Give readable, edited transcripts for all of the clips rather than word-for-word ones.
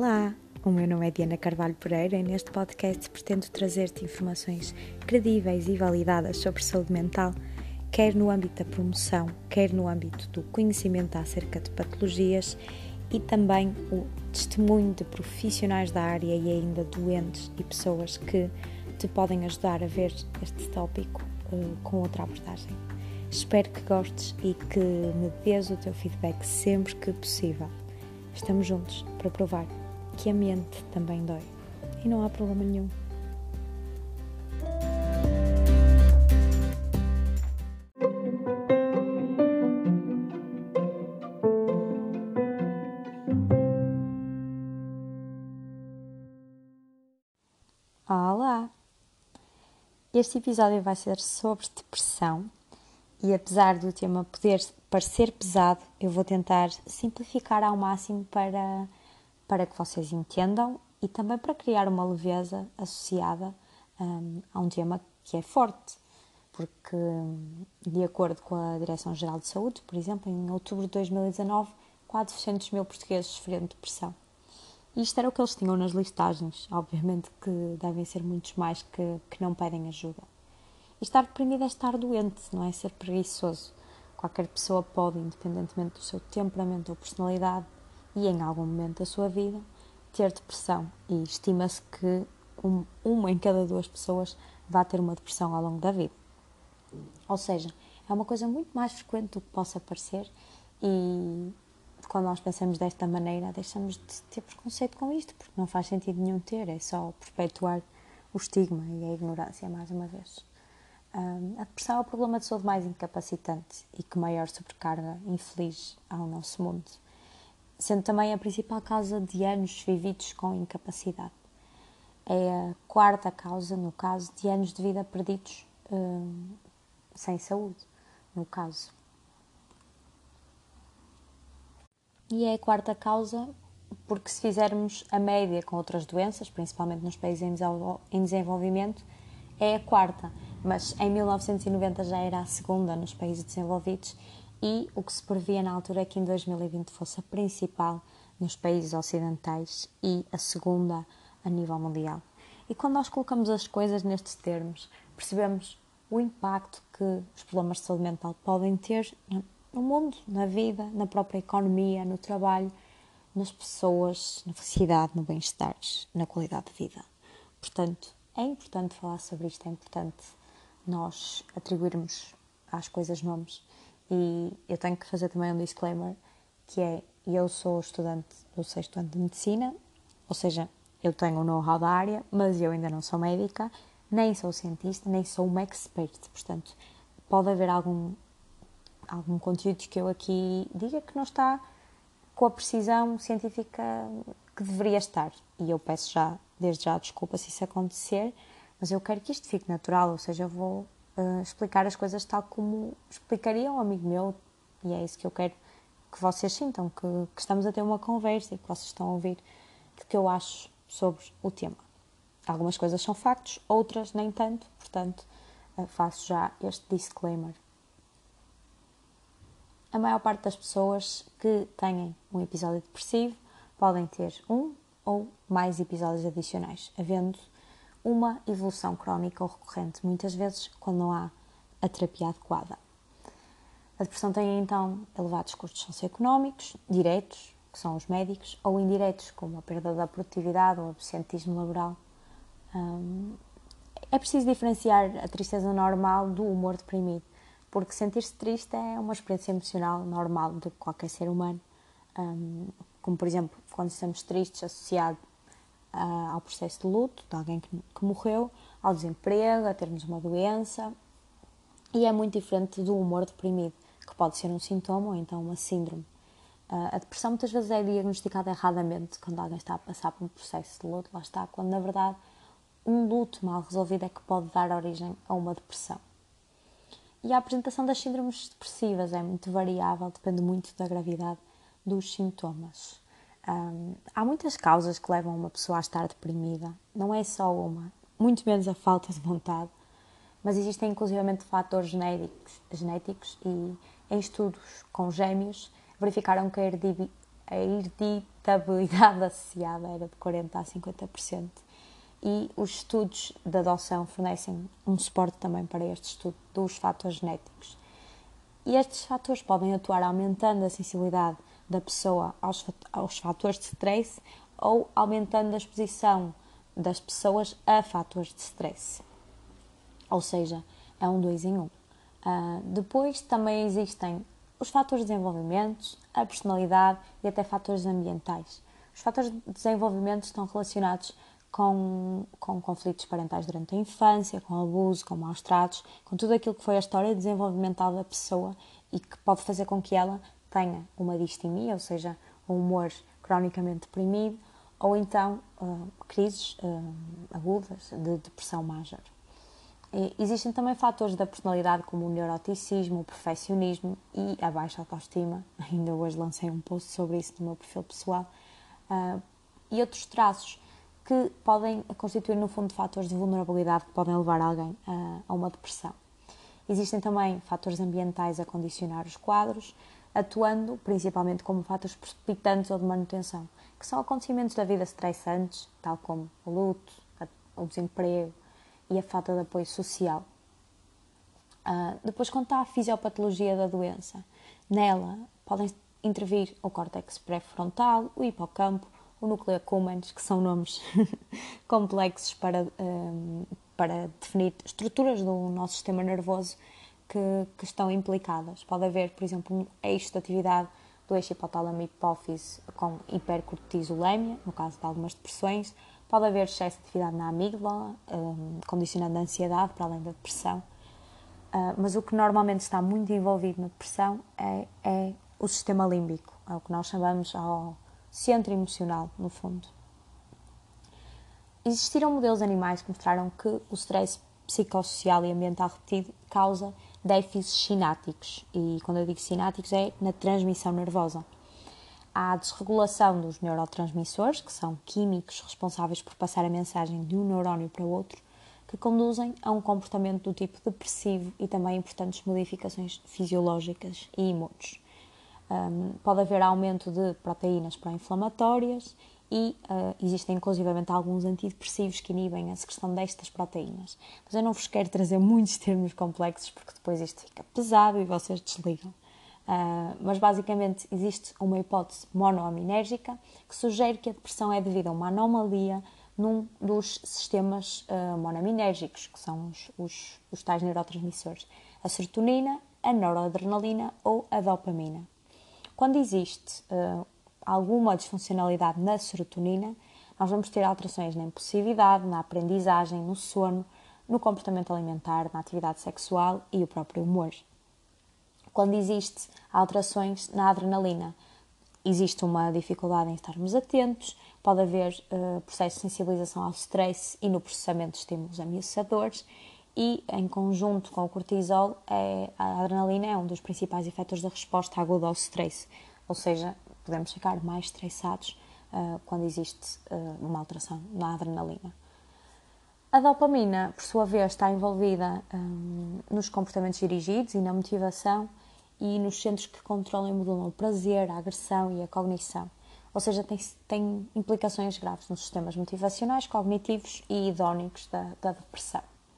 Olá, o meu nome é Diana Carvalho Pereira e neste podcast pretendo trazer-te informações credíveis e validadas sobre saúde mental, quer no âmbito da promoção, quer no âmbito do conhecimento acerca de patologias e também o testemunho de profissionais da área e ainda doentes e pessoas que te podem ajudar a ver este tópico com outra abordagem. Espero que gostes e que me dês o teu feedback sempre que possível. Estamos juntos para provar que a mente também dói e não há problema nenhum. Olá! Este episódio vai ser sobre depressão e apesar do tema poder parecer pesado, eu vou tentar simplificar ao máximo para que vocês entendam e também para criar uma leveza associada a um tema que é forte, porque de acordo com a Direção-Geral de Saúde, por exemplo, em outubro de 2019, 400 mil portugueses sofreram de depressão. E isto era o que eles tinham nas listagens, obviamente que devem ser muitos mais que não pedem ajuda. E estar deprimido é estar doente, não é ser preguiçoso. Qualquer pessoa pode, independentemente do seu temperamento ou personalidade, e em algum momento da sua vida, ter depressão. E estima-se que uma em cada duas pessoas vai ter uma depressão ao longo da vida. Ou seja, é uma coisa muito mais frequente do que possa parecer e quando nós pensamos desta maneira deixamos de ter preconceito com isto, porque não faz sentido nenhum ter, é só perpetuar o estigma e a ignorância mais uma vez. A depressão é o problema de saúde mais incapacitante e que maior sobrecarga inflige ao nosso mundo, sendo também a principal causa de anos vividos com incapacidade. É a quarta causa, no caso, de anos de vida perdidos sem saúde, no caso. E é a quarta causa porque se fizermos a média com outras doenças, principalmente nos países em desenvolvimento, é a quarta, mas em 1990 já era a segunda nos países desenvolvidos e o que se previa na altura é que em 2020 fosse a principal nos países ocidentais e a segunda a nível mundial. E quando nós colocamos as coisas nestes termos, percebemos o impacto que os problemas de saúde mental podem ter no mundo, na vida, na própria economia, no trabalho, nas pessoas, na felicidade, no bem-estar, na qualidade de vida. Portanto, é importante falar sobre isto, é importante nós atribuirmos às coisas nomes. E eu tenho que fazer também um disclaimer, que é, eu sou estudante do 6º ano de Medicina, ou seja, eu tenho um know-how da área, mas eu ainda não sou médica, nem sou cientista, nem sou uma expert. Portanto, pode haver algum conteúdo que eu aqui diga que não está com a precisão científica que deveria estar. E eu peço já, desde já, desculpa se isso acontecer, mas eu quero que isto fique natural, ou seja, eu vou explicar as coisas tal como explicaria um amigo meu, e é isso que eu quero que vocês sintam, que estamos a ter uma conversa e que vocês estão a ouvir o que eu acho sobre o tema. Algumas coisas são factos, outras nem tanto, portanto, faço já este disclaimer. A maior parte das pessoas que têm um episódio depressivo podem ter um ou mais episódios adicionais, havendo uma evolução crónica ou recorrente, muitas vezes quando não há a terapia adequada. A depressão tem então elevados custos socioeconómicos, diretos, que são os médicos, ou indiretos, como a perda da produtividade ou o absentismo laboral. É preciso diferenciar a tristeza normal do humor deprimido, porque sentir-se triste é uma experiência emocional normal de qualquer ser humano, como por exemplo quando estamos tristes associado ao processo de luto de alguém que morreu, ao desemprego, a termos uma doença, e é muito diferente do humor deprimido, que pode ser um sintoma ou então uma síndrome. A depressão muitas vezes é diagnosticada erradamente quando alguém está a passar por um processo de luto, lá está, quando na verdade um luto mal resolvido é que pode dar origem a uma depressão. E a apresentação das síndromes depressivas é muito variável, depende muito da gravidade dos sintomas. Há muitas causas que levam uma pessoa a estar deprimida, não é só uma, muito menos a falta de vontade, mas existem inclusivamente fatores genéticos e em estudos com gêmeos verificaram que a irritabilidade associada era de 40% a 50%. E os estudos de adoção fornecem um suporte também para este estudo dos fatores genéticos. E estes fatores podem atuar aumentando a sensibilidade da pessoa aos fatores de stress ou aumentando a exposição das pessoas a fatores de stress. Ou seja, é um 2 em 1. Depois também existem os fatores de desenvolvimento, a personalidade e até fatores ambientais. Os fatores de desenvolvimento estão relacionados com conflitos parentais durante a infância, com abuso, com maus tratos, com tudo aquilo que foi a história desenvolvimental da pessoa e que pode fazer com que ela tenha uma distimia, ou seja, um humor cronicamente deprimido, ou então crises agudas de depressão major. Existem também fatores da personalidade como o neuroticismo, o perfeccionismo e a baixa autoestima. Ainda hoje lancei um post sobre isso no meu perfil pessoal. E outros traços que podem constituir, no fundo, fatores de vulnerabilidade que podem levar alguém a uma depressão. Existem também fatores ambientais a condicionar os quadros, atuando principalmente como fatores precipitantes ou de manutenção, que são acontecimentos da vida estressantes, tal como o luto, o desemprego e a falta de apoio social. Depois, quanto à fisiopatologia da doença, nela podem intervir o córtex pré-frontal, o hipocampo, o núcleo accumbens, que são nomes complexos para definir estruturas do nosso sistema nervoso que estão implicadas. Pode haver, por exemplo, um eixo de atividade do eixo hipotálamo e hipófise com hipercortisolemia, no caso de algumas depressões. Pode haver excesso de atividade na amígdala, condicionando a ansiedade para além da depressão. Mas o que normalmente está muito envolvido na depressão é o sistema límbico, é o que nós chamamos ao centro emocional, no fundo. Existiram modelos animais que mostraram que o stress psicossocial e ambiental repetido causa déficits sinápticos, e quando eu digo sinápticos é na transmissão nervosa. Há desregulação dos neurotransmissores, que são químicos responsáveis por passar a mensagem de um neurónio para outro, que conduzem a um comportamento do tipo depressivo e também importantes modificações fisiológicas e imunes. Pode haver aumento de proteínas pró-inflamatórias e existem inclusivamente alguns antidepressivos que inibem a secreção destas proteínas. Mas eu não vos quero trazer muitos termos complexos porque depois isto fica pesado e vocês desligam. Mas basicamente existe uma hipótese monoaminérgica que sugere que a depressão é devido a uma anomalia num dos sistemas monoaminérgicos, que são os tais neurotransmissores, a serotonina, a noradrenalina ou a dopamina. Quando existe alguma disfuncionalidade na serotonina, nós vamos ter alterações na impulsividade, na aprendizagem, no sono, no comportamento alimentar, na atividade sexual e o próprio humor. Quando existe alterações na adrenalina, existe uma dificuldade em estarmos atentos, pode haver processo de sensibilização ao stress e no processamento de estímulos ameaçadores e, em conjunto com o cortisol, a adrenalina é um dos principais efetores da resposta aguda ao stress, ou seja, podemos ficar mais estressados quando existe uma alteração na adrenalina. A dopamina, por sua vez, está envolvida nos comportamentos dirigidos e na motivação e nos centros que controlam e modulam o prazer, a agressão e a cognição. Ou seja, tem implicações graves nos sistemas motivacionais, cognitivos e hedónicos da depressão.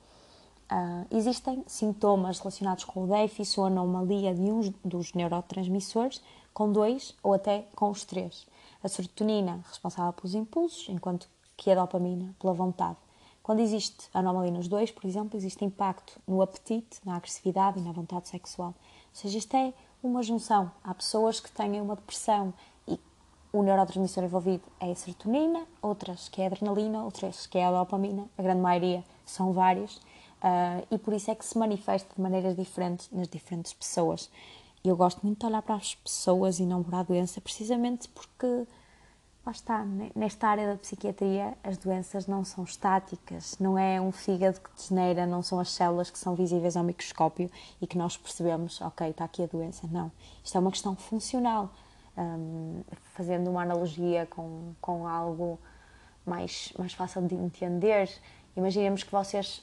Existem sintomas relacionados com o déficit ou anomalia de um dos neurotransmissores, com 2 ou até com os 3. A serotonina, responsável pelos impulsos, enquanto que a dopamina, pela vontade. Quando existe anomalia nos 2, por exemplo, existe impacto no apetite, na agressividade e na vontade sexual. Ou seja, isto é uma junção. Há pessoas que têm uma depressão e o neurotransmissor envolvido é a serotonina, outras que é a adrenalina, outras que é a dopamina. A grande maioria são várias. E por isso é que se manifesta de maneiras diferentes nas diferentes pessoas. E eu gosto muito de olhar para as pessoas e não para a doença, precisamente porque, lá está, nesta área da psiquiatria as doenças não são estáticas, não é um fígado que degenera, não são as células que são visíveis ao microscópio e que nós percebemos, ok, está aqui a doença, não. Isto é uma questão funcional, fazendo uma analogia com algo mais fácil de entender. Imaginemos que vocês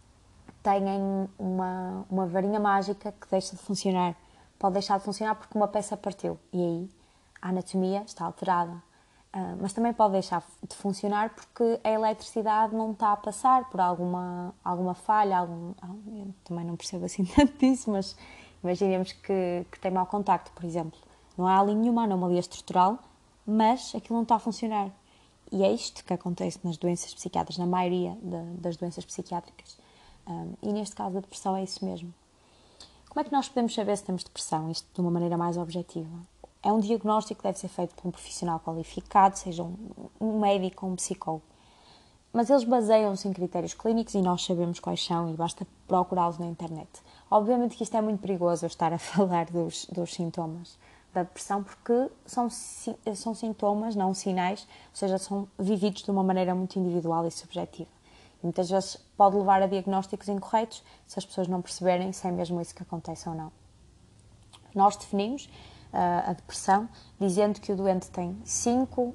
têm uma varinha mágica que deixa de funcionar. Pode deixar de funcionar porque uma peça partiu e aí a anatomia está alterada. Mas também pode deixar de funcionar porque a eletricidade não está a passar por alguma falha, eu também não percebo assim tanto disso, mas imaginemos que tem mau contacto, por exemplo. Não há ali nenhuma anomalia estrutural, mas aquilo não está a funcionar. E é isto que acontece nas doenças psiquiátricas, na maioria das doenças psiquiátricas. E neste caso a depressão é isso mesmo. Como é que nós podemos saber se temos depressão? Isto de uma maneira mais objetiva. É um diagnóstico que deve ser feito por um profissional qualificado, seja um médico ou um psicólogo. Mas eles baseiam-se em critérios clínicos e nós sabemos quais são e basta procurá-los na internet. Obviamente que isto é muito perigoso eu estar a falar dos sintomas da depressão porque são sintomas, não sinais, ou seja, são vividos de uma maneira muito individual e subjetiva. E muitas vezes pode levar a diagnósticos incorretos se as pessoas não perceberem se é mesmo isso que acontece ou não. Nós definimos a depressão dizendo que o doente tem 5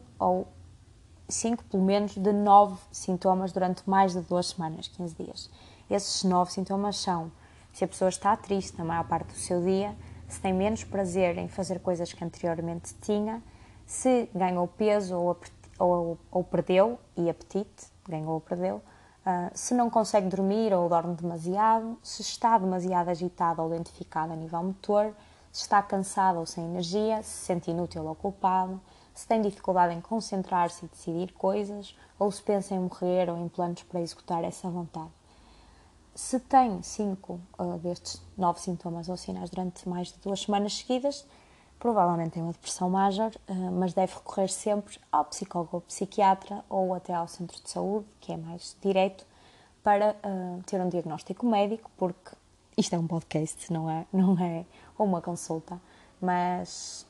pelo menos, de 9 sintomas durante mais de 2 semanas, 15 dias. Esses 9 sintomas são se a pessoa está triste na maior parte do seu dia, se tem menos prazer em fazer coisas que anteriormente tinha, se ganhou peso ou perdeu, e apetite, ganhou ou perdeu, se não consegue dormir ou dorme demasiado, se está demasiado agitado ou lentificado a nível motor, se está cansado ou sem energia, se se sente inútil ou culpado, se tem dificuldade em concentrar-se e decidir coisas, ou se pensa em morrer ou em planos para executar essa vontade. Se tem 5 destes 9 sintomas ou sinais durante mais de 2 semanas seguidas, provavelmente tem uma depressão major, mas deve recorrer sempre ao psicólogo ou psiquiatra ou até ao centro de saúde, que é mais direto, para ter um diagnóstico médico, porque isto é um podcast, não é uma consulta, mas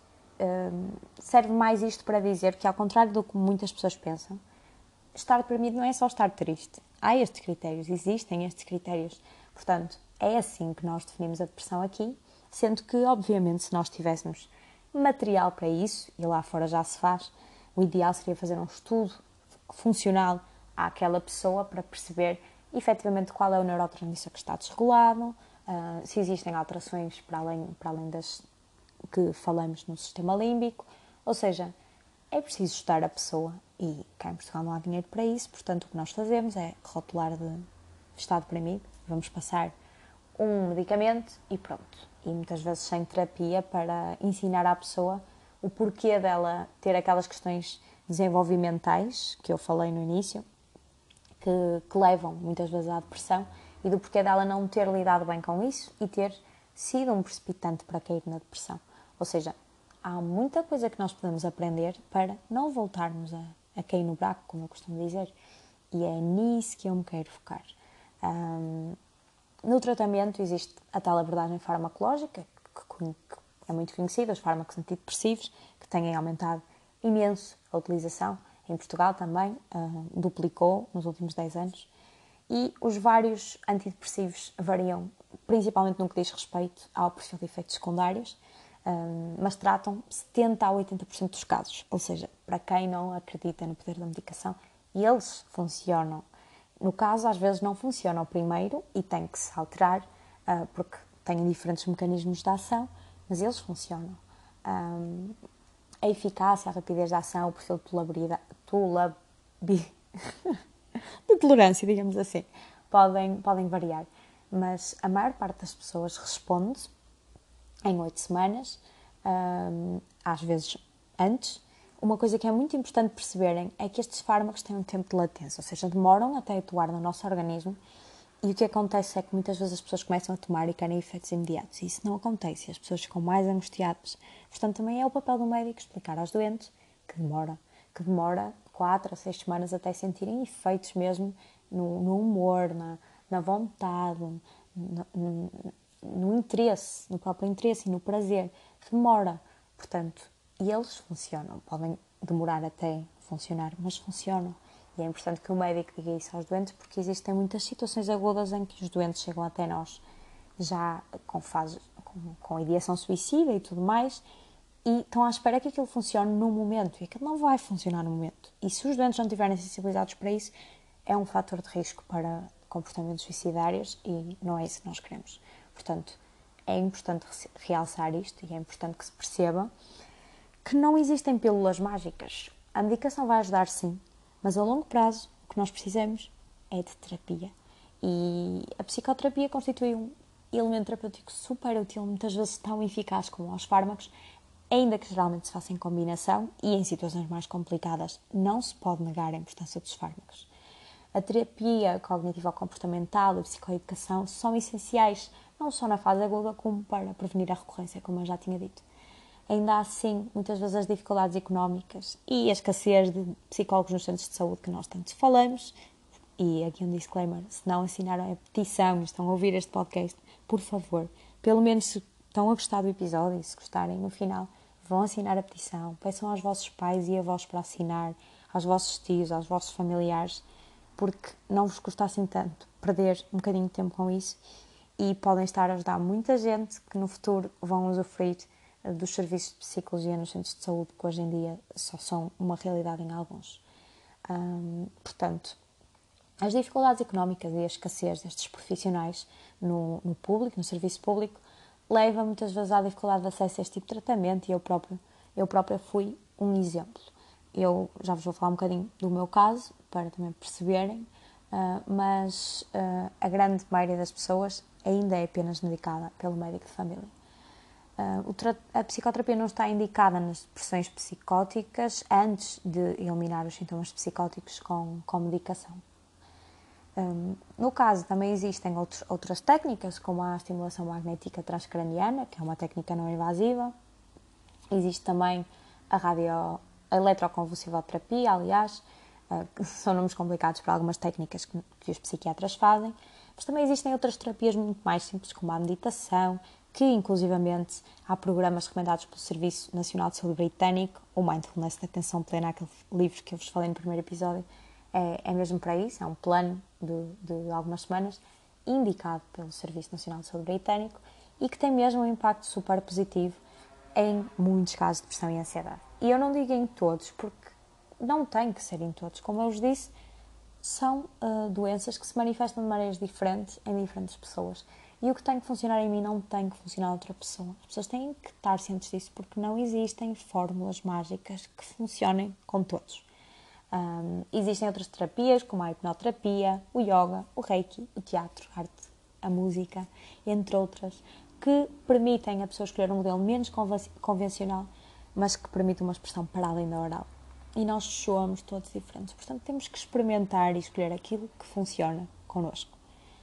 serve mais isto para dizer que, ao contrário do que muitas pessoas pensam, estar deprimido não é só estar triste. Há estes critérios, existem estes critérios. Portanto, é assim que nós definimos a depressão aqui, sendo que, obviamente, se nós tivéssemos material para isso, e lá fora já se faz, o ideal seria fazer um estudo funcional àquela pessoa para perceber efetivamente qual é o neurotransmissor que está desregulado, se existem alterações para além das que falamos no sistema límbico, ou seja, é preciso estudar a pessoa e cá em Portugal não há dinheiro para isso, portanto o que nós fazemos é rotular de está deprimido, vamos passar um medicamento e pronto. E muitas vezes sem terapia para ensinar à pessoa o porquê dela ter aquelas questões desenvolvimentais que eu falei no início, que levam muitas vezes à depressão, e do porquê dela não ter lidado bem com isso e ter sido um precipitante para cair na depressão. Ou seja, há muita coisa que nós podemos aprender para não voltarmos a cair no buraco, como eu costumo dizer, e é nisso que eu me quero focar. No tratamento existe a tal abordagem farmacológica, que é muito conhecida, os fármacos antidepressivos, que têm aumentado imenso a utilização. Em Portugal também duplicou nos últimos 10 anos. E os vários antidepressivos variam, principalmente no que diz respeito ao perfil de efeitos secundários, mas tratam 70% a 80% dos casos. Ou seja, para quem não acredita no poder da medicação, eles funcionam. No caso, às vezes não funciona o primeiro e tem que se alterar, porque têm diferentes mecanismos de ação, mas eles funcionam. A eficácia, a rapidez de ação, o perfil de tolerância, digamos assim, podem variar. Mas a maior parte das pessoas responde em 8 semanas, às vezes antes. Uma coisa que é muito importante perceberem é que estes fármacos têm um tempo de latência, ou seja, demoram até atuar no nosso organismo, e o que acontece é que muitas vezes as pessoas começam a tomar e querem efeitos imediatos, e isso não acontece, as pessoas ficam mais angustiadas. Portanto, também é o papel do médico explicar aos doentes que demora 4 a 6 semanas até sentirem efeitos mesmo no humor, na vontade, no interesse, no próprio interesse e no prazer. Demora, portanto, e eles funcionam. Podem demorar até funcionar, mas funcionam. E é importante que o médico diga isso aos doentes, porque existem muitas situações agudas em que os doentes chegam até nós já com ideação suicida e tudo mais, e estão à espera que aquilo funcione no momento, e aquilo não vai funcionar no momento. E se os doentes não estiverem sensibilizados para isso, é um fator de risco para comportamentos suicidários e não é isso que nós queremos. Portanto, é importante realçar isto e é importante que se perceba que não existem pílulas mágicas. a medicação vai ajudar sim, mas a longo prazo o que nós precisamos é de terapia. E a psicoterapia constitui um elemento terapêutico super útil, muitas vezes tão eficaz como os fármacos, ainda que geralmente se faça em combinação e em situações mais complicadas não se pode negar a importância dos fármacos. A terapia cognitivo-comportamental e a psicoeducação são essenciais, não só na fase aguda como para prevenir a recorrência, como eu já tinha dito. Ainda assim, muitas vezes as dificuldades económicas e a escassez de psicólogos nos centros de saúde que nós tanto falamos, e aqui um disclaimer, se não assinaram a petição e estão a ouvir este podcast, por favor, pelo menos se estão a gostar do episódio e se gostarem no final, vão assinar a petição, peçam aos vossos pais e avós para assinar, aos vossos tios, aos vossos familiares, porque não vos custassem tanto perder um bocadinho de tempo com isso e podem estar a ajudar muita gente que no futuro vão usufruir dos serviços de psicologia nos centros de saúde, que hoje em dia só são uma realidade em alguns. Portanto, as dificuldades económicas e a escassez destes profissionais no público, no serviço público, leva muitas vezes à dificuldade de acesso a este tipo de tratamento e eu própria fui um exemplo. Eu já vos vou falar um bocadinho do meu caso, para também perceberem, mas a grande maioria das pessoas ainda é apenas medicada pelo médico de família. A psicoterapia não está indicada nas depressões psicóticas antes de eliminar os sintomas psicóticos com medicação. No caso, também existem outras técnicas, como a estimulação magnética transcraniana, que é uma técnica não invasiva. Existe também a eletroconvulsivoterapia, aliás, que são nomes complicados para algumas técnicas que os psiquiatras fazem. Mas também existem outras terapias muito mais simples, como a meditação, que inclusivamente há programas recomendados pelo Serviço Nacional de Saúde Britânico, o Mindfulness da Atenção Plena, aquele livro que eu vos falei no primeiro episódio, é mesmo para isso, é um plano de algumas semanas, indicado pelo Serviço Nacional de Saúde Britânico e que tem mesmo um impacto super positivo em muitos casos de depressão e ansiedade. E eu não digo em todos, porque não tem que ser em todos. Como eu vos disse, são doenças que se manifestam de maneiras diferentes em diferentes pessoas. E o que tem que funcionar em mim não tem que funcionar em outra pessoa. As pessoas têm que estar cientes disso, porque não existem fórmulas mágicas que funcionem com todos. Existem outras terapias, como a hipnoterapia, o yoga, o reiki, o teatro, a arte, a música, entre outras, que permitem a pessoa escolher um modelo menos convencional, mas que permite uma expressão para além da oral. E nós somos todos diferentes, portanto temos que experimentar e escolher aquilo que funciona connosco.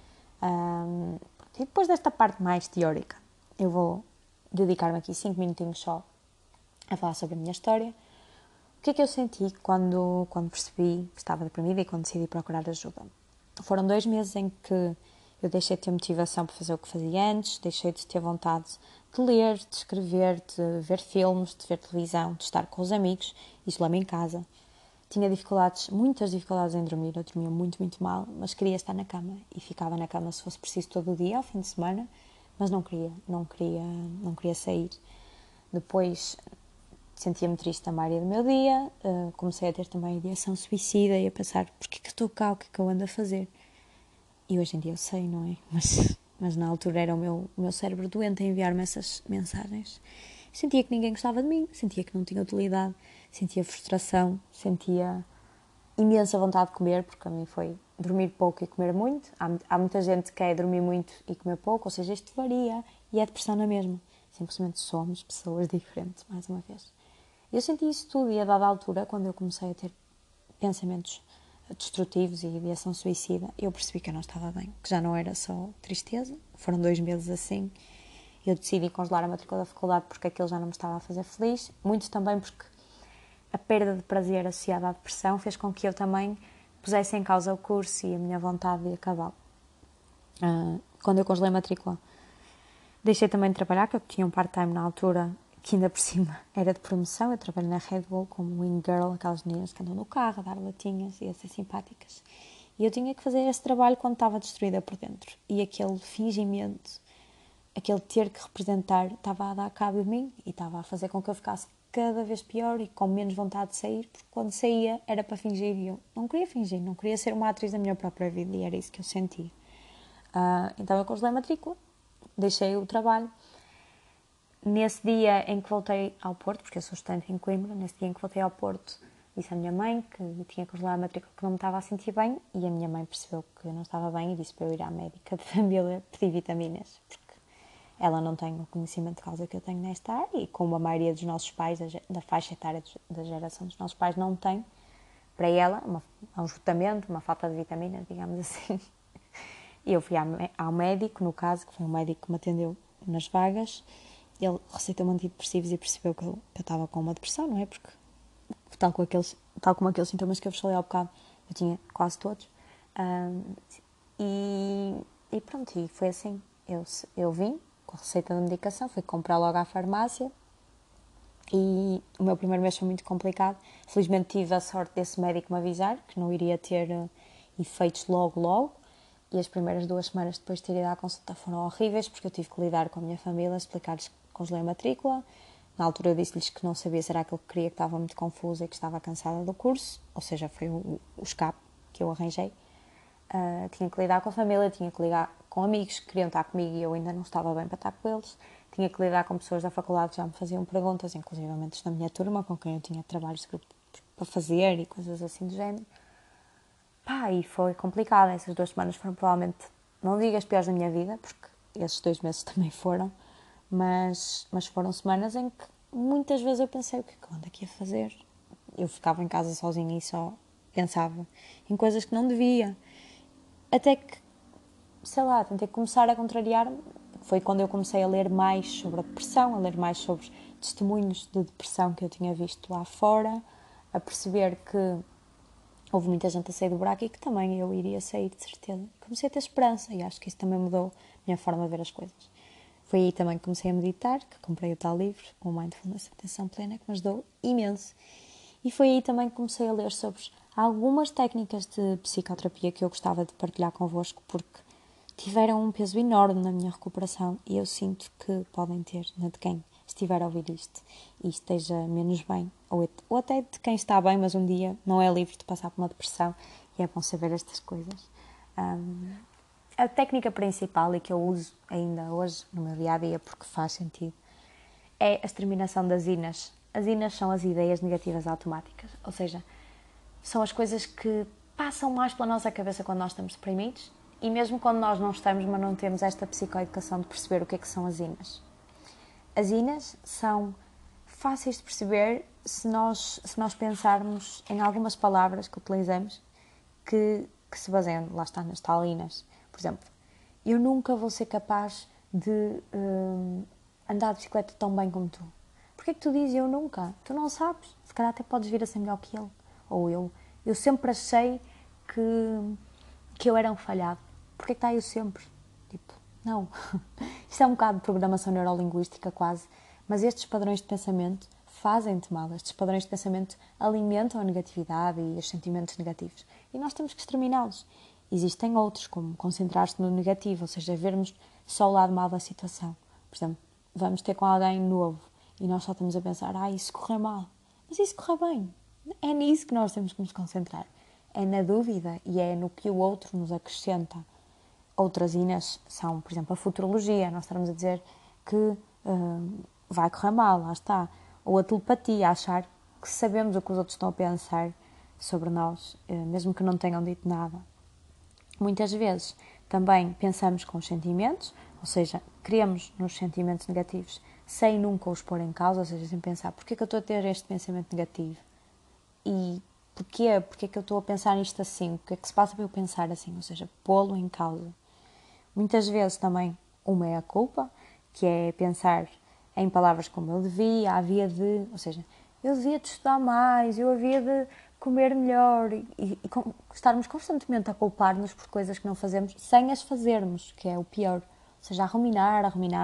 E depois desta parte mais teórica, eu vou dedicar-me aqui 5 minutinhos só a falar sobre a minha história. O que é que eu senti quando percebi que estava deprimida e quando decidi procurar ajuda? Foram 2 meses em que eu deixei de ter motivação para fazer o que fazia antes, deixei de ter vontade de ler, de escrever, de ver filmes, de ver televisão, de estar com os amigos, isolei-me em casa. Tinha muitas dificuldades em dormir, eu dormia muito, muito mal, mas queria estar na cama e ficava na cama se fosse preciso todo o dia, ao fim de semana, mas não queria sair. Depois sentia-me triste a maioria do meu dia, comecei a ter também ideação suicida e a pensar, porquê que estou cá, o que é que eu ando a fazer? E hoje em dia eu sei, não é? Mas na altura era o meu cérebro doente a enviar-me essas mensagens. Sentia que ninguém gostava de mim, sentia que não tinha utilidade, sentia frustração, sentia imensa vontade de comer, porque a mim foi dormir pouco e comer muito. Há muita gente que é dormir muito e comer pouco, ou seja, isto varia e é depressão na mesma. Simplesmente somos pessoas diferentes, mais uma vez. Eu senti isso tudo e a dada altura, quando eu comecei a ter pensamentos destrutivos e ideação suicida, eu percebi que eu não estava bem, que já não era só tristeza. Foram 2 meses assim. Eu decidi congelar a matrícula da faculdade porque aquilo já não me estava a fazer feliz. Muito também porque a perda de prazer associada à depressão fez com que eu também pusesse em causa o curso e a minha vontade de acabá-lo. Quando eu congelei a matrícula, deixei também de trabalhar, que eu tinha um part-time na altura, que ainda por cima era de promoção. Eu trabalho na Red Bull como wing girl, aquelas meninas que andam no carro a dar latinhas e a ser simpáticas. E eu tinha que fazer esse trabalho quando estava destruída por dentro. E aquele fingimento, aquele ter que representar, estava a dar cabo de mim e estava a fazer com que eu ficasse cada vez pior e com menos vontade de sair, porque quando saía era para fingir e eu não queria fingir, não queria ser uma atriz da minha própria vida e era isso que eu sentia. Então eu congelei a matrícula, deixei o trabalho. Nesse dia em que voltei ao Porto, porque eu sou estudante em Coimbra, nesse dia em que voltei ao Porto, disse à minha mãe que tinha que congelar a matrícula, que não me estava a sentir bem, e a minha mãe percebeu que eu não estava bem e disse para eu ir à médica de família pedir vitaminas, porque ela não tem o conhecimento de causa que eu tenho nesta área, e como a maioria dos nossos pais, da faixa etária da geração dos nossos pais, não tem, para ela, um esgotamento, uma falta de vitaminas, digamos assim. E eu fui ao médico, no caso, que foi um médico que me atendeu nas vagas. Ele receitou-me antidepressivos e percebeu que eu estava com uma depressão, não é? Porque, tal como aqueles sintomas que eu vos falei há bocado, eu tinha quase todos. E pronto, e foi assim. Eu vim com a receita da medicação, fui comprar logo à farmácia. E o meu primeiro mês foi muito complicado. Felizmente tive a sorte desse médico me avisar que não iria ter efeitos logo. E as primeiras 2 semanas depois de ter ido à consulta foram horríveis, porque eu tive que lidar com a minha família, explicar-lhes que congelei a matrícula. Na altura eu disse-lhes que não sabia se era aquilo que queria, que estava muito confusa e que estava cansada do curso. Ou seja, foi o escape que eu arranjei. Tinha que lidar com a família, tinha que lidar com amigos que queriam estar comigo e eu ainda não estava bem para estar com eles. Tinha que lidar com pessoas da faculdade que já me faziam perguntas, inclusivamente da minha turma, com quem eu tinha trabalhos de grupo para fazer e coisas assim do género. Pá, e foi complicado. Essas 2 semanas foram provavelmente, não digo as piores da minha vida, porque esses 2 meses também foram, mas foram semanas em que muitas vezes eu pensei, o que é que eu ando aqui a fazer? Eu ficava em casa sozinha e só pensava em coisas que não devia. Até que, sei lá, tentei começar a contrariar-me. Foi quando eu comecei a ler mais sobre a depressão, a ler mais sobre testemunhos de depressão que eu tinha visto lá fora, a perceber que houve muita gente a sair do buraco e que também eu iria sair, de certeza. Comecei a ter esperança e acho que isso também mudou a minha forma de ver as coisas. Foi aí também que comecei a meditar, que comprei o tal livro, o Mindfulness, Atenção Plena, que me ajudou imenso. E foi aí também que comecei a ler sobre algumas técnicas de psicoterapia que eu gostava de partilhar convosco, porque tiveram um peso enorme na minha recuperação e eu sinto que podem ter na de quem estiver a ouvir isto e esteja menos bem, ou até de quem está bem, mas um dia não é livre de passar por uma depressão, e é bom saber estas coisas. A técnica principal e que eu uso ainda hoje no meu dia-a-dia, porque faz sentido, é a exterminação das inas. As inas são as ideias negativas automáticas, ou seja, são as coisas que passam mais pela nossa cabeça quando nós estamos deprimidos, e mesmo quando nós não estamos, mas não temos esta psicoeducação de perceber o que é que são as inas. As inas são fáceis de perceber se nós pensarmos em algumas palavras que utilizamos que se baseiam, lá está, nas talinas. Por exemplo, eu nunca vou ser capaz de andar de bicicleta tão bem como tu. Porquê que tu dizes eu nunca? Tu não sabes. Se calhar até podes vir a ser melhor que ele. Ou eu. Eu sempre achei que eu era um falhado. Porquê que está eu sempre? Tipo, não. Isto é um bocado de programação neurolinguística quase, mas estes padrões de pensamento fazem-te mal. Estes padrões de pensamento alimentam a negatividade e os sentimentos negativos. E nós temos que exterminá-los. Existem outros, como concentrar-se no negativo, ou seja, vermos só o lado mal da situação. Por exemplo, vamos ter com alguém novo e nós só estamos a pensar, isso correu mal. Mas isso correu bem. É nisso que nós temos que nos concentrar. É na dúvida e é no que o outro nos acrescenta. Outras inas são, por exemplo, a futurologia. Nós estamos a dizer que vai correr mal, lá está. Ou a telepatia, achar que sabemos o que os outros estão a pensar sobre nós, mesmo que não tenham dito nada. Muitas vezes também pensamos com os sentimentos, ou seja, criamos nos sentimentos negativos sem nunca os pôr em causa, ou seja, sem pensar porquê que eu estou a ter este pensamento negativo e porquê que eu estou a pensar nisto assim, o que é que se passa para eu pensar assim, ou seja, pô-lo em causa. Muitas vezes também uma é a culpa, que é pensar em palavras como eu devia, havia de, ou seja, eu devia de estudar mais, eu havia de comer melhor e estarmos constantemente a culpar-nos por coisas que não fazemos sem as fazermos, que é o pior, ou seja, a ruminar.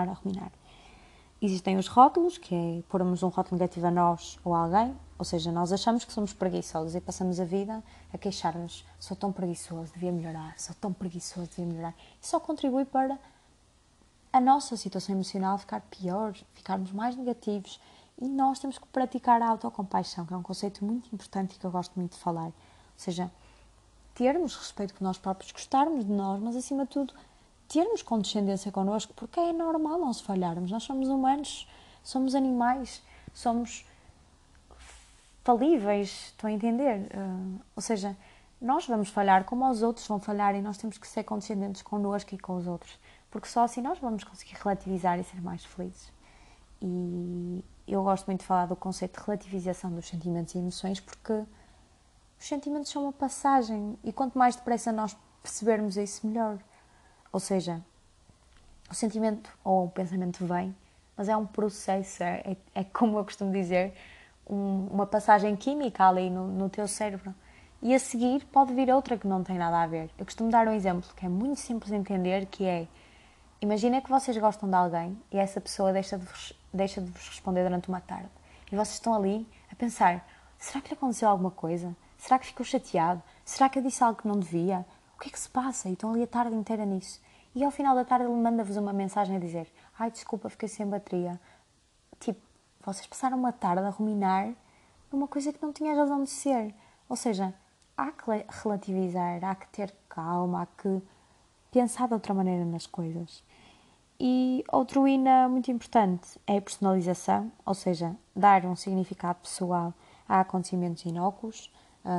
Existem os rótulos, que é pormos um rótulo negativo a nós ou a alguém, ou seja, nós achamos que somos preguiçosos e passamos a vida a queixar-nos, sou tão preguiçoso, devia melhorar, sou tão preguiçoso, devia melhorar. Isso só contribui para a nossa situação emocional ficar pior, ficarmos mais negativos. E nós temos que praticar a autocompaixão, que é um conceito muito importante e que eu gosto muito de falar. Ou seja, termos respeito por nós próprios, gostarmos de nós, mas acima de tudo, termos condescendência connosco, porque é normal nós falharmos. Nós somos humanos, somos animais, somos falíveis, estão a entender? Ou seja, nós vamos falhar como os outros vão falhar e nós temos que ser condescendentes connosco e com os outros, porque só assim nós vamos conseguir relativizar e ser mais felizes. E eu gosto muito de falar do conceito de relativização dos sentimentos e emoções, porque os sentimentos são uma passagem e quanto mais depressa nós percebermos isso, melhor. Ou seja, o sentimento ou o pensamento vem, mas é um processo, é como eu costumo dizer, uma passagem química ali no teu cérebro. E a seguir pode vir outra que não tem nada a ver. Eu costumo dar um exemplo que é muito simples de entender, que é, imagina que vocês gostam de alguém e essa pessoa deixa de vos responder durante uma tarde. E vocês estão ali a pensar, será que lhe aconteceu alguma coisa? Será que ficou chateado? Será que eu disse algo que não devia? O que é que se passa? E estão ali a tarde inteira nisso. E ao final da tarde ele manda-vos uma mensagem a dizer, ai, desculpa, fiquei sem bateria. Tipo, vocês passaram uma tarde a ruminar numa coisa que não tinha razão de ser. Ou seja, há que relativizar, há que ter calma, há que pensar de outra maneira nas coisas. E outro INA muito importante é a personalização, ou seja, dar um significado pessoal a acontecimentos inócuos.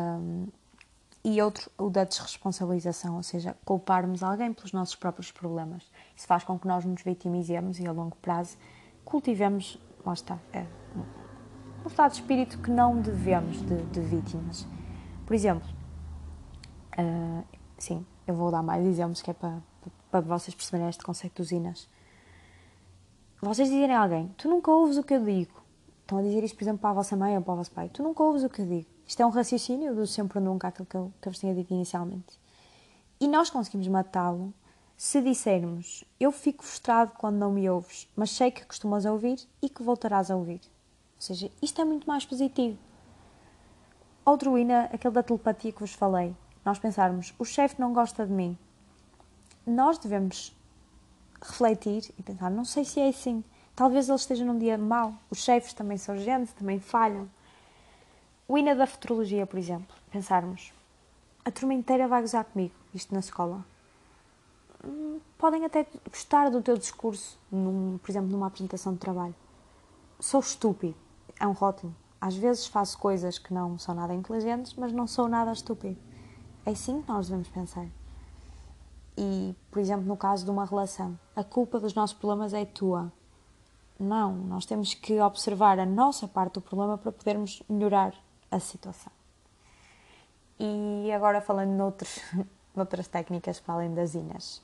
E outro, o da desresponsabilização, ou seja, culparmos alguém pelos nossos próprios problemas. Isso faz com que nós nos vitimizemos e a longo prazo cultivemos, lá está, um estado de espírito que não devemos de vítimas. Por exemplo, sim, eu vou dar mais exemplos que é para vocês perceberem este conceito dos INAs. Vocês dizerem a alguém, tu nunca ouves o que eu digo. Estão a dizer isto, por exemplo, para a vossa mãe ou para o vosso pai. Tu nunca ouves o que eu digo. Isto é um raciocínio do sempre ou nunca, aquilo que eu vos tinha dito inicialmente. E nós conseguimos matá-lo se dissermos, eu fico frustrado quando não me ouves, mas sei que costumas ouvir e que voltarás a ouvir. Ou seja, isto é muito mais positivo. Outro INA, aquele da telepatia que vos falei. Nós pensarmos, o chefe não gosta de mim. Nós devemos refletir e pensar, não sei se é assim. Talvez ele esteja num dia mau. Os chefes também são gente, também falham. O INA da futurologia, por exemplo. Pensarmos, a turma inteira vai gozar comigo, isto na escola. Podem até gostar do teu discurso, por exemplo, numa apresentação de trabalho. Sou estúpido. É um rótulo. Às vezes faço coisas que não são nada inteligentes, mas não sou nada estúpido. É assim que nós devemos pensar. E, por exemplo, no caso de uma relação, a culpa dos nossos problemas é tua. Não, nós temos que observar a nossa parte do problema para podermos melhorar a situação. E agora falando noutras técnicas para além das INAs.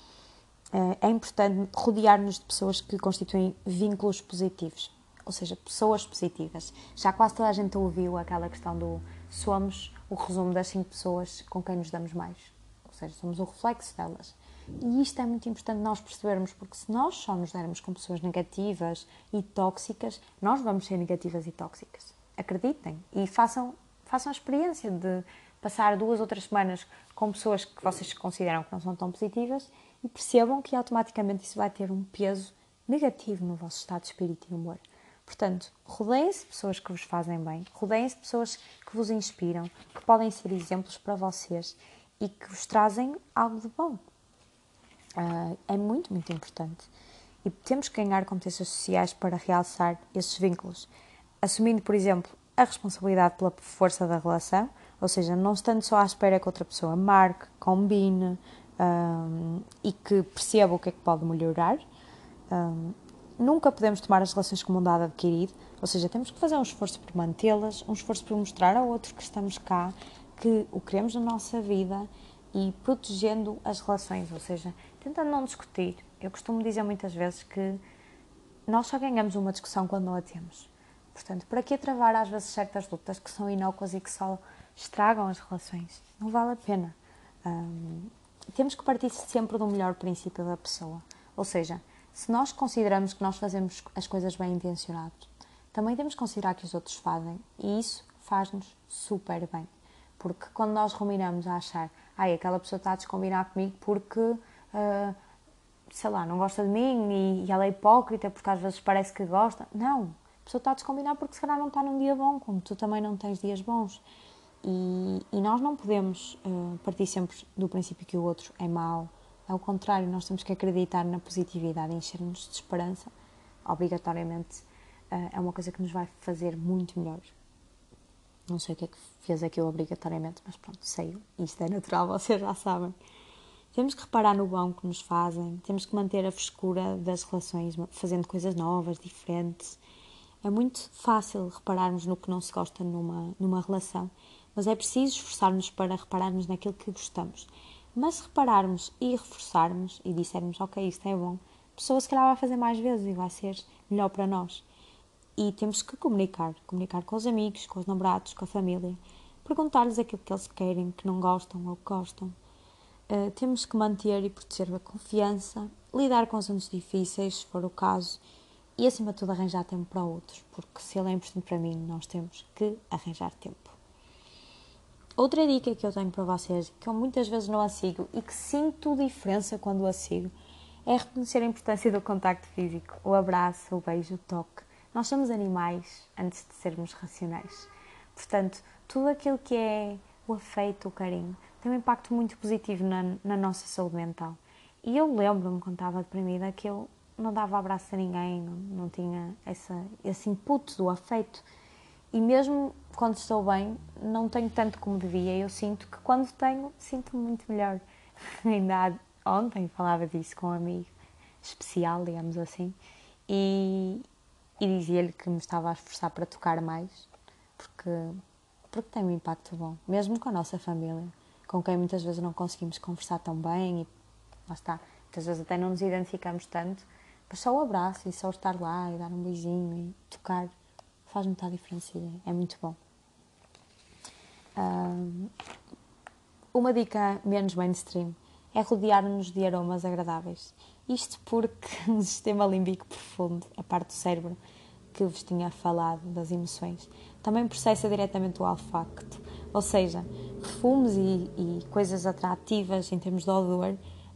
É importante rodear-nos de pessoas que constituem vínculos positivos, ou seja, pessoas positivas. Já quase toda a gente ouviu aquela questão do somos o resumo das 5 pessoas com quem nos damos mais. Ou seja, somos o reflexo delas. E isto é muito importante nós percebermos, porque se nós só nos dermos com pessoas negativas e tóxicas, nós vamos ser negativas e tóxicas. Acreditem e façam a experiência de passar 2 ou 3 semanas com pessoas que vocês consideram que não são tão positivas e percebam que automaticamente isso vai ter um peso negativo no vosso estado de espírito e humor. Portanto, rodeiem-se de pessoas que vos fazem bem, rodeiem-se de pessoas que vos inspiram, que podem ser exemplos para vocês e que vos trazem algo de bom. É muito, muito importante. E temos que ganhar competências sociais para realçar esses vínculos. Assumindo, por exemplo, a responsabilidade pela força da relação, ou seja, não estando só à espera que outra pessoa marque, combine e que perceba o que é que pode melhorar. Nunca podemos tomar as relações como um dado adquirido, ou seja, temos que fazer um esforço por mantê-las, um esforço por mostrar ao outro que estamos cá, que o queremos na nossa vida e protegendo as relações, ou seja, tentando não discutir. Eu costumo dizer muitas vezes que nós só ganhamos uma discussão quando não a temos. Portanto, para que travar às vezes certas lutas que são inócuas e que só estragam as relações? Não vale a pena. Temos que partir sempre do melhor princípio da pessoa. Ou seja, se nós consideramos que nós fazemos as coisas bem intencionadas, também temos que considerar que os outros fazem. E isso faz-nos super bem. Porque quando nós ruminamos a achar aquela pessoa está a descombinar comigo porque, sei lá, não gosta de mim e ela é hipócrita porque às vezes parece que gosta. Não, a pessoa está a descombinar porque se calhar não está num dia bom, como tu também não tens dias bons. E nós não podemos partir sempre do princípio que o outro é mau. Ao contrário, nós temos que acreditar na positividade e encher-nos de esperança. Obrigatoriamente é uma coisa que nos vai fazer muito melhor. Não sei o que é que fez aquilo obrigatoriamente, mas pronto, saiu. Isto é natural, vocês já sabem. Temos que reparar no bom que nos fazem, temos que manter a frescura das relações, fazendo coisas novas, diferentes. É muito fácil repararmos no que não se gosta numa relação, mas é preciso esforçar-nos para repararmos naquilo que gostamos. Mas se repararmos e reforçarmos e dissermos, ok, isto é bom, a pessoa se calhar vai fazer mais vezes e vai ser melhor para nós. E temos que comunicar com os amigos, com os namorados, com a família, perguntar-lhes aquilo que eles querem, que não gostam ou que gostam. Temos que manter e proteger a confiança, lidar com assuntos difíceis, se for o caso, e acima de tudo arranjar tempo para outros, porque se ele é importante para mim, nós temos que arranjar tempo. Outra dica que eu tenho para vocês, que eu muitas vezes não a sigo e que sinto diferença quando a sigo, é reconhecer a importância do contacto físico, o abraço, o beijo, o toque. Nós somos animais antes de sermos racionais. Portanto, tudo aquilo que é o afeto, o carinho, tem um impacto muito positivo na nossa saúde mental. E eu lembro-me, quando estava deprimida, que eu não dava abraço a ninguém, não tinha esse input do afeto. E mesmo quando estou bem, não tenho tanto como devia. Eu sinto que quando tenho, sinto-me muito melhor. Ainda ontem falava disso com um amigo especial, digamos assim, e dizia-lhe que me estava a esforçar para tocar mais, porque tem um impacto bom, mesmo com a nossa família, com quem muitas vezes não conseguimos conversar tão bem e lá está, muitas vezes até não nos identificamos tanto, mas só o abraço e só estar lá e dar um beijinho e tocar faz muita diferença e é muito bom. Uma dica menos mainstream é rodear-nos de aromas agradáveis. Isto porque no sistema límbico profundo, a parte do cérebro que vos tinha falado das emoções, também processa diretamente o olfacto. Ou seja, perfumes e coisas atrativas em termos de odor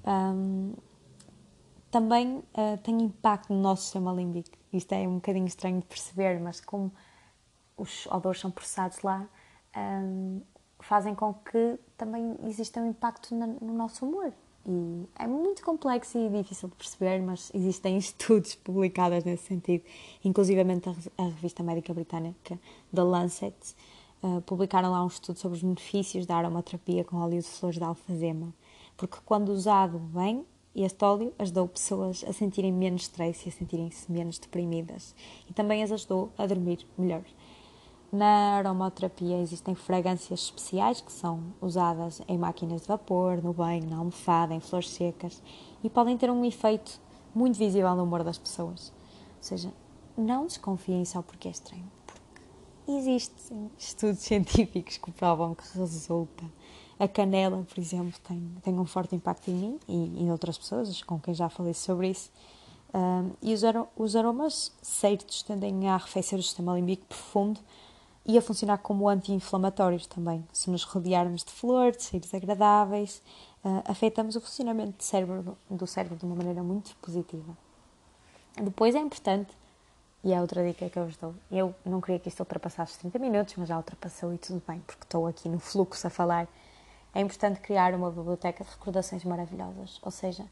também têm impacto no nosso sistema límbico. Isto é um bocadinho estranho de perceber, mas como os odores são processados lá, fazem com que também exista um impacto no nosso humor. E é muito complexo e difícil de perceber, mas existem estudos publicados nesse sentido. Inclusivamente a revista médica britânica The Lancet publicaram lá um estudo sobre os benefícios da aromaterapia com óleo de flores de alfazema, porque quando usado bem, este óleo ajudou pessoas a sentirem menos stress e a sentirem-se menos deprimidas e também as ajudou a dormir melhor. Na aromaterapia existem fragrâncias especiais que são usadas em máquinas de vapor, no banho, na almofada, em flores secas e podem ter um efeito muito visível no humor das pessoas. Ou seja, não desconfiem só porque é estranho, porque existem estudos científicos que provam que resulta. A canela, por exemplo, tem um forte impacto em mim e em outras pessoas com quem já falei sobre isso. E os aromas certos tendem a arrefecer o sistema límbico profundo e a funcionar como anti-inflamatórios também. Se nos rodearmos de flores, de cheiros agradáveis, afetamos o funcionamento do cérebro de uma maneira muito positiva. Depois é importante, e é outra dica que eu vos dou, eu não queria que isto ultrapassasse os 30 minutos, mas já ultrapassou e tudo bem, porque estou aqui no fluxo a falar. É importante criar uma biblioteca de recordações maravilhosas, ou seja,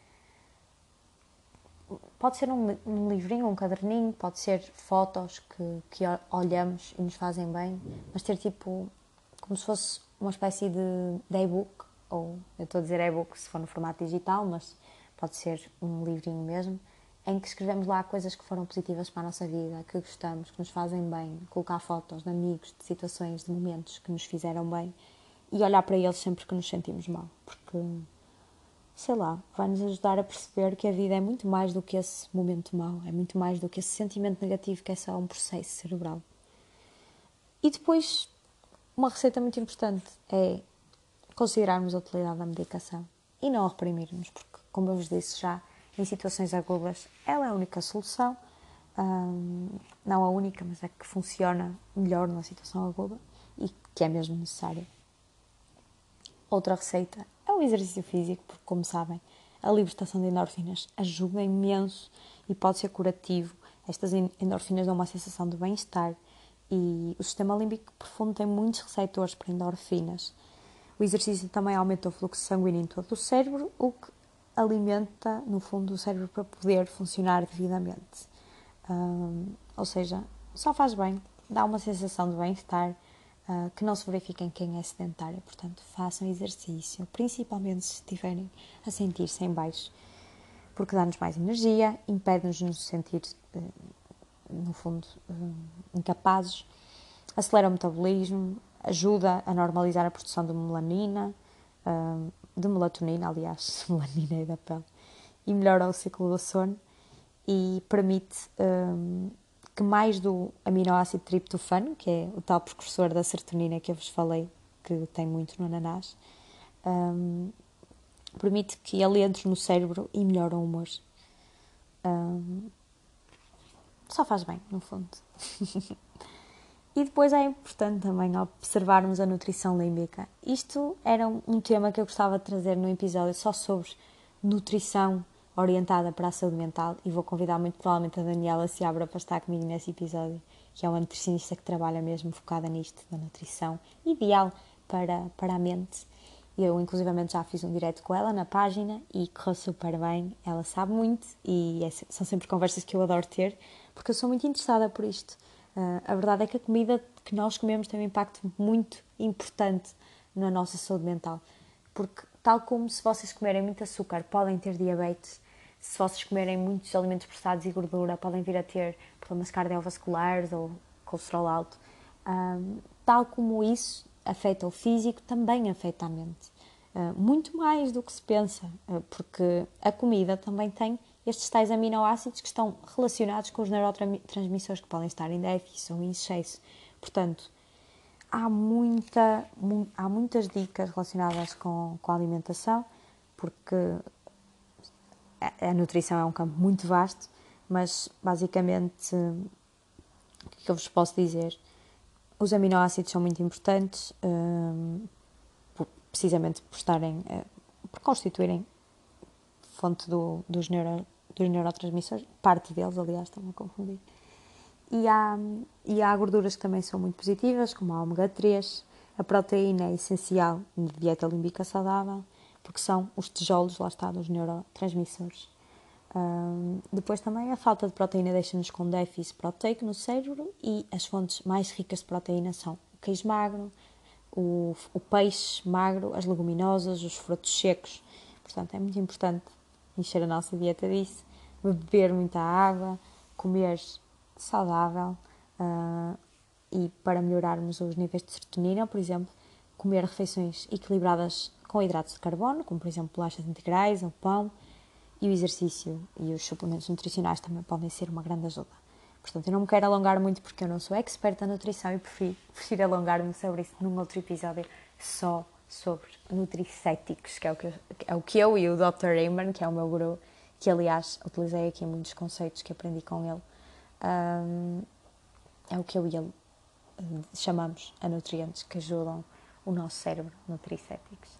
pode ser um livrinho, um caderninho, pode ser fotos que olhamos e nos fazem bem, mas ter tipo, como se fosse uma espécie de e-book, ou eu estou a dizer e-book se for no formato digital, mas pode ser um livrinho mesmo, em que escrevemos lá coisas que foram positivas para a nossa vida, que gostamos, que nos fazem bem, colocar fotos de amigos, de situações, de momentos que nos fizeram bem e olhar para eles sempre que nos sentimos mal, porque sei lá, vai-nos ajudar a perceber que a vida é muito mais do que esse momento mau, é muito mais do que esse sentimento negativo que é só um processo cerebral. E depois, uma receita muito importante é considerarmos a utilidade da medicação e não a reprimirmos, porque, como eu vos disse já, em situações agudas, ela é a única solução, não a única, mas é que funciona melhor na situação aguda e que é mesmo necessária. Outra receita é o exercício físico, porque, como sabem, a libertação de endorfinas ajuda imenso e pode ser curativo. Estas endorfinas dão uma sensação de bem-estar e o sistema límbico profundo tem muitos receptores para endorfinas. O exercício também aumenta o fluxo sanguíneo em todo o cérebro, o que alimenta, no fundo, o cérebro para poder funcionar devidamente. Ou seja, só faz bem, dá uma sensação de bem-estar, que não se verifique em quem é sedentário. Portanto, façam exercício, principalmente se estiverem a sentir-se em baixo, porque dá-nos mais energia, impede-nos de nos sentir, no fundo, incapazes, acelera o metabolismo, ajuda a normalizar a produção de melanina, de melatonina, aliás, melanina é da pele, e melhora o ciclo do sono e permite que mais do aminoácido triptofano, que é o tal precursor da serotonina que eu vos falei, que tem muito no ananás, permite que ele entre no cérebro e melhora o humor. Só faz bem, no fundo. E depois é importante também observarmos a nutrição límbica. Isto era um tema que eu gostava de trazer num episódio só sobre nutrição orientada para a saúde mental, e vou convidar muito provavelmente a Daniela Seabra para estar comigo nesse episódio, que é uma nutricionista que trabalha mesmo focada nisto, da nutrição ideal para a mente. Eu, inclusivamente, já fiz um direto com ela na página e correu super bem. Ela sabe muito e são sempre conversas que eu adoro ter, porque eu sou muito interessada por isto. A verdade é que a comida que nós comemos tem um impacto muito importante na nossa saúde mental, porque tal como se vocês comerem muito açúcar podem ter diabetes, se vocês comerem muitos alimentos processados e gordura podem vir a ter problemas cardiovasculares ou colesterol alto, tal como isso afeta o físico, também afeta a mente. Muito mais do que se pensa, porque a comida também tem estes tais aminoácidos que estão relacionados com os neurotransmissores que podem estar em déficit ou em excesso. Portanto, há muitas dicas relacionadas com a alimentação, porque a nutrição é um campo muito vasto, mas basicamente, o que eu vos posso dizer? Os aminoácidos são muito importantes, precisamente por constituírem fonte dos neurotransmissores, parte deles, aliás, estão a confundir. E há gorduras que também são muito positivas, como a ômega 3. A proteína é essencial na dieta límbica saudável, porque são os tijolos, lá está, dos neurotransmissores. Depois também a falta de proteína deixa-nos com déficit proteico no cérebro, e as fontes mais ricas de proteína são o queijo magro, o peixe magro, as leguminosas, os frutos secos. Portanto, é muito importante encher a nossa dieta disso, beber muita água, comer saudável, e para melhorarmos os níveis de serotonina, por exemplo, comer refeições equilibradas com hidratos de carbono, como por exemplo bolachas integrais ou pão, e o exercício e os suplementos nutricionais também podem ser uma grande ajuda. Portanto, eu não me quero alongar muito porque eu não sou experta em nutrição e prefiro alongar-me sobre isso num outro episódio só sobre nutricéticos, que é o que eu e o Dr. Raymond, que é o meu guru, que aliás utilizei aqui muitos conceitos que aprendi com ele, é o que eu e ele chamamos a nutrientes que ajudam o nosso cérebro, nutricéticos.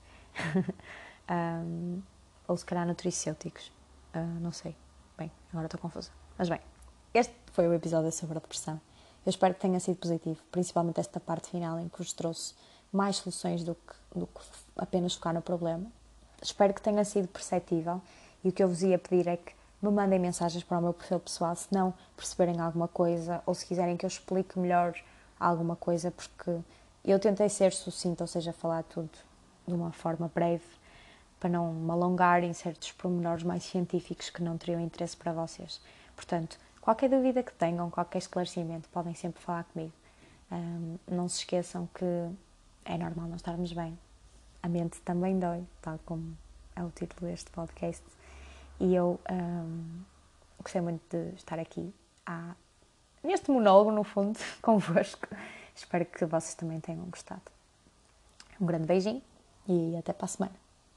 Ou se calhar nutricêuticos, não sei. Bem, agora estou confusa. Mas bem, este foi o episódio sobre a depressão. Eu espero que tenha sido positivo, principalmente esta parte final em que vos trouxe mais soluções do que apenas focar no problema. Espero que tenha sido perceptível, e o que eu vos ia pedir é que me mandem mensagens para o meu perfil pessoal se não perceberem alguma coisa, ou se quiserem que eu explique melhor alguma coisa, porque eu tentei ser sucinta, ou seja, falar tudo de uma forma breve, para não me alongar em certos pormenores mais científicos que não teriam interesse para vocês. Portanto, qualquer dúvida que tenham, qualquer esclarecimento, podem sempre falar comigo. Não se esqueçam que é normal não estarmos bem. A mente também dói, tal como é o título deste podcast. E eu gostei muito de estar aqui neste monólogo, no fundo, convosco. Espero que vocês também tenham gostado. Um grande beijinho e até para a semana.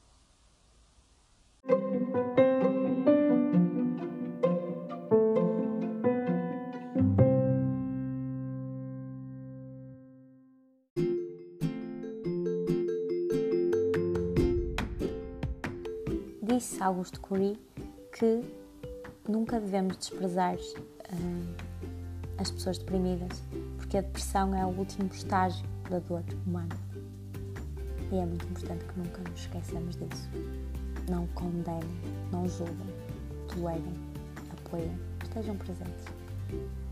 Disse Augusto Cury que nunca devemos desprezar as pessoas deprimidas, porque a depressão é o último estágio da dor humana. E é muito importante que nunca nos esqueçamos disso. Não condenem, não julguem, tolerem, apoiem, estejam presentes.